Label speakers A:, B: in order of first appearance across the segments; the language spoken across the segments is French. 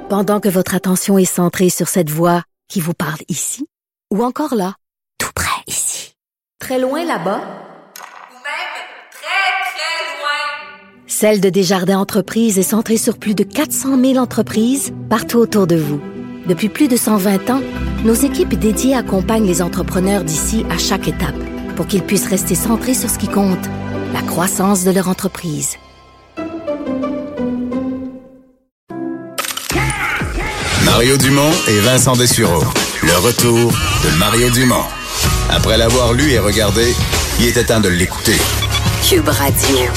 A: Pendant que votre attention est centrée sur cette voix qui vous parle ici, ou encore là, tout près ici, très loin là-bas,
B: ou même très, très loin.
A: Celle de Desjardins Entreprises est centrée sur plus de 400 000 entreprises partout autour de vous. Depuis plus de 120 ans, nos équipes dédiées accompagnent les entrepreneurs d'ici à chaque étape pour qu'ils puissent rester centrés sur ce qui compte, la croissance de leur entreprise.
C: Mario Dumont et Vincent Dessureau. Le retour de Mario Dumont. Après l'avoir lu et regardé, il était temps de l'écouter.
A: Cube Radio.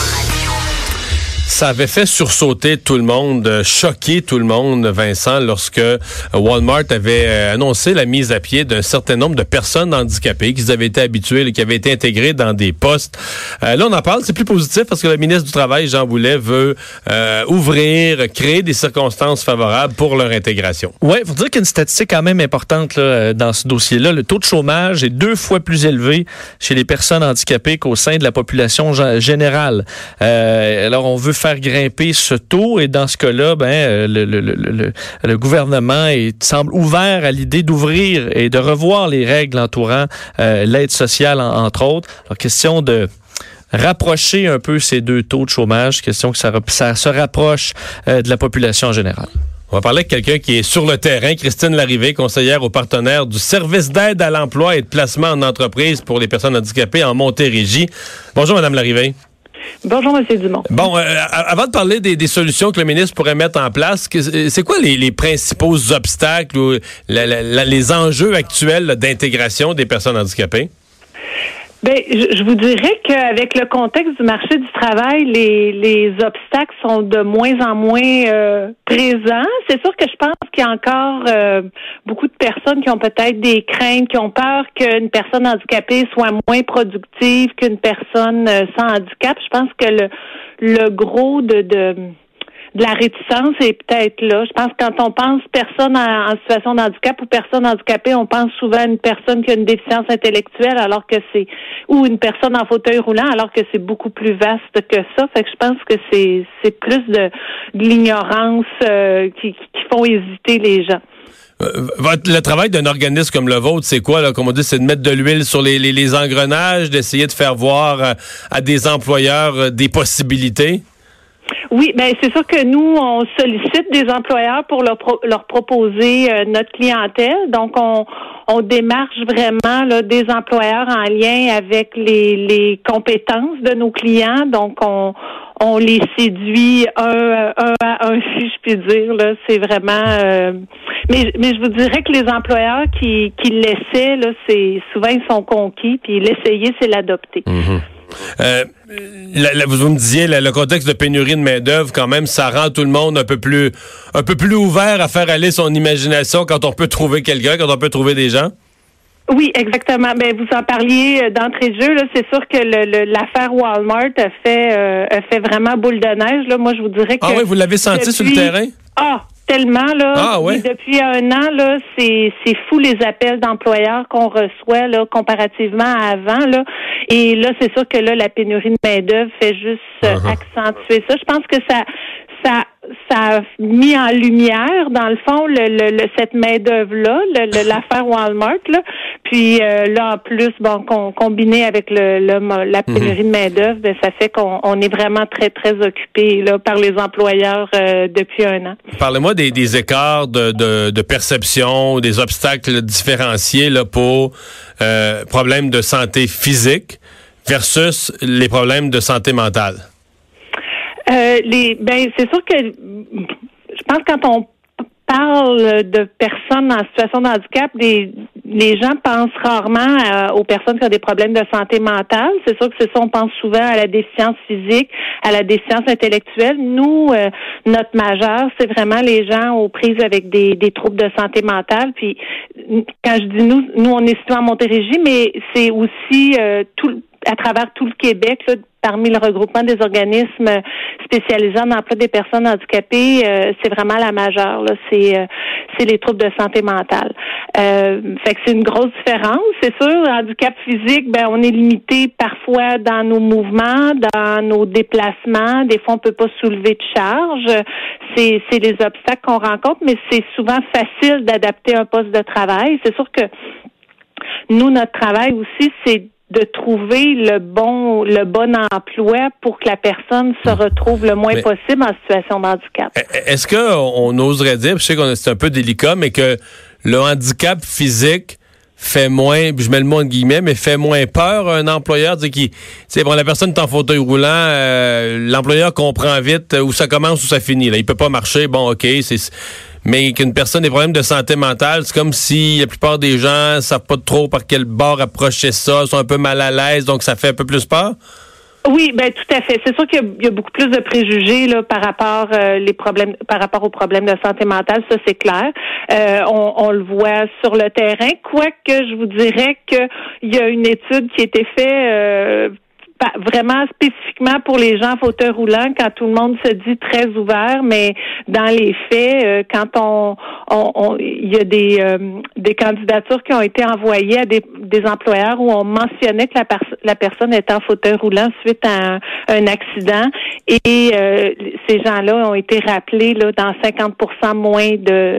D: Ça avait fait sursauter tout le monde, choquer tout le monde, Vincent, lorsque Walmart avait annoncé la mise à pied d'un certain nombre de personnes handicapées qui avaient été habituées, qui avaient été intégrées dans des postes. Là, on en parle, c'est plus positif parce que le ministre du Travail, Jean Boulet, veut créer des circonstances favorables pour leur intégration.
E: Oui, il faut dire qu'il y a une statistique quand même importante là, dans ce dossier-là. Le taux de chômage est 2 fois plus élevé chez les personnes handicapées qu'au sein de la population générale. Alors, on veut faire grimper ce taux et dans ce cas-là, le gouvernement semble ouvert à l'idée d'ouvrir et de revoir les règles entourant l'aide sociale, entre autres. Alors, question de rapprocher un peu ces 2 taux de chômage, question que ça se rapproche de la population en général.
D: On va parler avec quelqu'un qui est sur le terrain, Christine Larrivée, conseillère aux partenaires du service d'aide à l'emploi et de placement en entreprise pour les personnes handicapées en Montérégie. Bonjour, Madame Larrivée.
F: Bonjour, M. Dumont.
D: Bon, avant de parler des solutions que le ministre pourrait mettre en place, c'est quoi les principaux obstacles ou les enjeux actuels là, d'intégration des personnes handicapées?
F: Ben, je vous dirais qu'avec le contexte du marché du travail, les obstacles sont de moins en moins présents. C'est sûr que je pense qu'il y a encore beaucoup de personnes qui ont peut-être des craintes, qui ont peur qu'une personne handicapée soit moins productive qu'une personne sans handicap. Je pense que le gros de la réticence est peut-être là. Je pense que quand on pense personne en situation de handicap ou personne handicapée, on pense souvent à une personne qui a une déficience intellectuelle ou une personne en fauteuil roulant, alors que c'est beaucoup plus vaste que ça. Fait que je pense que c'est plus de l'ignorance qui font hésiter les gens.
D: Le travail d'un organisme comme le vôtre, c'est quoi, là? Comme on dit, c'est de mettre de l'huile sur les engrenages, d'essayer de faire voir à des employeurs des possibilités?
F: Oui, ben c'est sûr que nous, on sollicite des employeurs pour leur proposer notre clientèle. Donc, on démarche vraiment là, des employeurs en lien avec les compétences de nos clients. Donc, on les séduit un à un, si je puis dire. Là, c'est vraiment. Mais je vous dirais que les employeurs qui l'essaient, là, c'est souvent ils sont conquis. Puis l'essayer, c'est l'adopter.
D: Mm-hmm. Vous me disiez, le contexte de pénurie de main-d'œuvre, quand même, ça rend tout le monde un peu plus ouvert à faire aller son imagination quand on peut trouver quelqu'un, quand on peut trouver des gens?
F: Oui, exactement. Ben, vous en parliez d'entrée de jeu, là. C'est sûr que l'affaire Walmart a fait vraiment boule de neige, là. Moi, je vous dirais que.
D: Ah oui, vous l'avez senti sur le terrain?
F: Ah! Tellement, là.
D: Ah, ouais.
F: Depuis 1 an, là, c'est fou les appels d'employeurs qu'on reçoit, là, comparativement à avant, là. Et là, c'est sûr que là, la pénurie de main-d'œuvre fait juste accentuer ça. Je pense que ça a mis en lumière, dans le fond, cette main-d'œuvre-là, l'affaire Walmart, là. Puis là, en plus, bon, combiné avec la pénurie de main-d'œuvre, ben, ça fait qu'on est vraiment très, très occupé là par les employeurs depuis 1 an.
D: Parlez-moi des écarts de perception, des obstacles différenciés là, pour problèmes de santé physique versus les problèmes de santé mentale.
F: C'est sûr que je pense que quand on parle de personnes en situation de handicap, les gens pensent rarement aux personnes qui ont des problèmes de santé mentale. C'est sûr que c'est ça, on pense souvent à la déficience physique, à la déficience intellectuelle. Nous, notre majeur, c'est vraiment les gens aux prises avec des troubles de santé mentale. Puis, quand je dis nous on est situé en Montérégie, mais c'est aussi à travers tout le Québec, là, parmi le regroupement des organismes spécialisés en emploi des personnes handicapées, c'est vraiment la majeure. Là, c'est les troubles de santé mentale. Fait que c'est une grosse différence. C'est sûr, handicap physique, ben on est limité parfois dans nos mouvements, dans nos déplacements. Des fois, on peut pas soulever de charge. C'est les obstacles qu'on rencontre, mais c'est souvent facile d'adapter un poste de travail. C'est sûr que nous, notre travail aussi, c'est de trouver le bon emploi pour que la personne se retrouve le moins possible en situation de handicap.
D: Est-ce qu'on oserait dire, je sais que c'est un peu délicat, mais que le handicap physique fait moins, je mets le mot en guillemets, mais fait moins peur à un employeur, bon, la personne est en fauteuil roulant, l'employeur comprend vite où ça commence, où ça finit. Là, il peut pas marcher, bon, ok, mais qu'une personne ait des problèmes de santé mentale, c'est comme si la plupart des gens savent pas trop par quel bord approcher ça, sont un peu mal à l'aise, donc ça fait un peu plus peur?
F: Oui, ben tout à fait. C'est sûr qu'il y a beaucoup plus de préjugés là par rapport par rapport aux problèmes de santé mentale, ça c'est clair. On le voit sur le terrain. Quoique je vous dirais qu'il y a une étude qui a été faite vraiment spécifiquement pour les gens en fauteuil roulant, quand tout le monde se dit très ouvert, mais dans les faits, quand il y a des candidatures qui ont été envoyées à des employeurs où on mentionnait que la personne était en fauteuil roulant suite à un accident, et ces gens-là ont été rappelés là dans 50% moins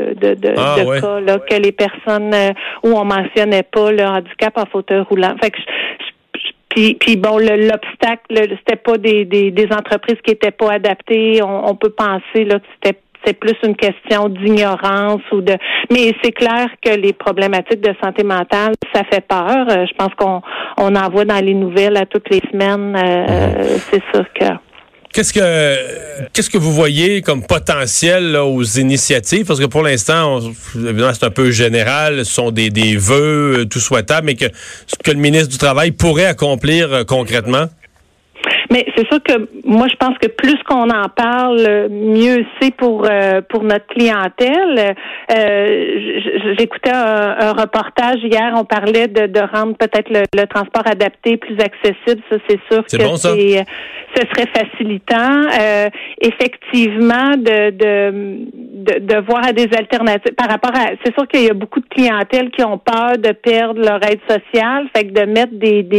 F: de cas là, que les personnes où on mentionnait pas le handicap en fauteuil roulant. Fait que Puis bon, l'obstacle, c'était pas des entreprises qui étaient pas adaptées. On peut penser là que c'est plus une question d'ignorance mais c'est clair que les problématiques de santé mentale, ça fait peur. Je pense qu'on en voit dans les nouvelles à toutes les semaines. C'est sûr que.
D: Qu'est-ce que vous voyez comme potentiel là, aux initiatives? Parce que pour l'instant, évidemment, c'est un peu général, ce sont des vœux, tout souhaitable, mais ce que le ministre du Travail pourrait accomplir concrètement?
F: Mais c'est sûr que moi, je pense que plus qu'on en parle, mieux c'est pour notre clientèle. J'écoutais un reportage hier, on parlait de rendre peut-être le transport adapté plus accessible. Ça, c'est sûr que
D: bon, ça?
F: Ce serait facilitant. Effectivement, de voir à des alternatives par rapport à. C'est sûr qu'il y a beaucoup de clientèle qui ont peur de perdre leur aide sociale, fait que de mettre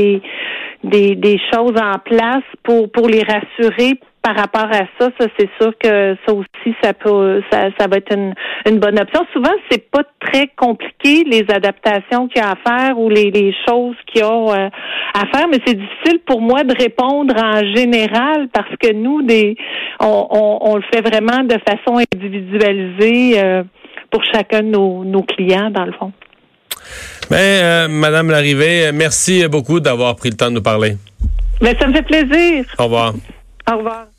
F: des choses en place pour les rassurer par rapport à ça, c'est sûr que ça aussi ça va être une bonne option. Souvent c'est pas très compliqué les adaptations qu'il y a à faire ou les choses qu'il y a à faire, mais c'est difficile pour moi de répondre en général parce que nous on le fait vraiment de façon individualisée pour chacun de nos clients dans le fond.
D: Madame Larrivée, merci beaucoup d'avoir pris le temps de nous parler.
F: Ça me fait plaisir.
D: Au revoir.
F: Au revoir.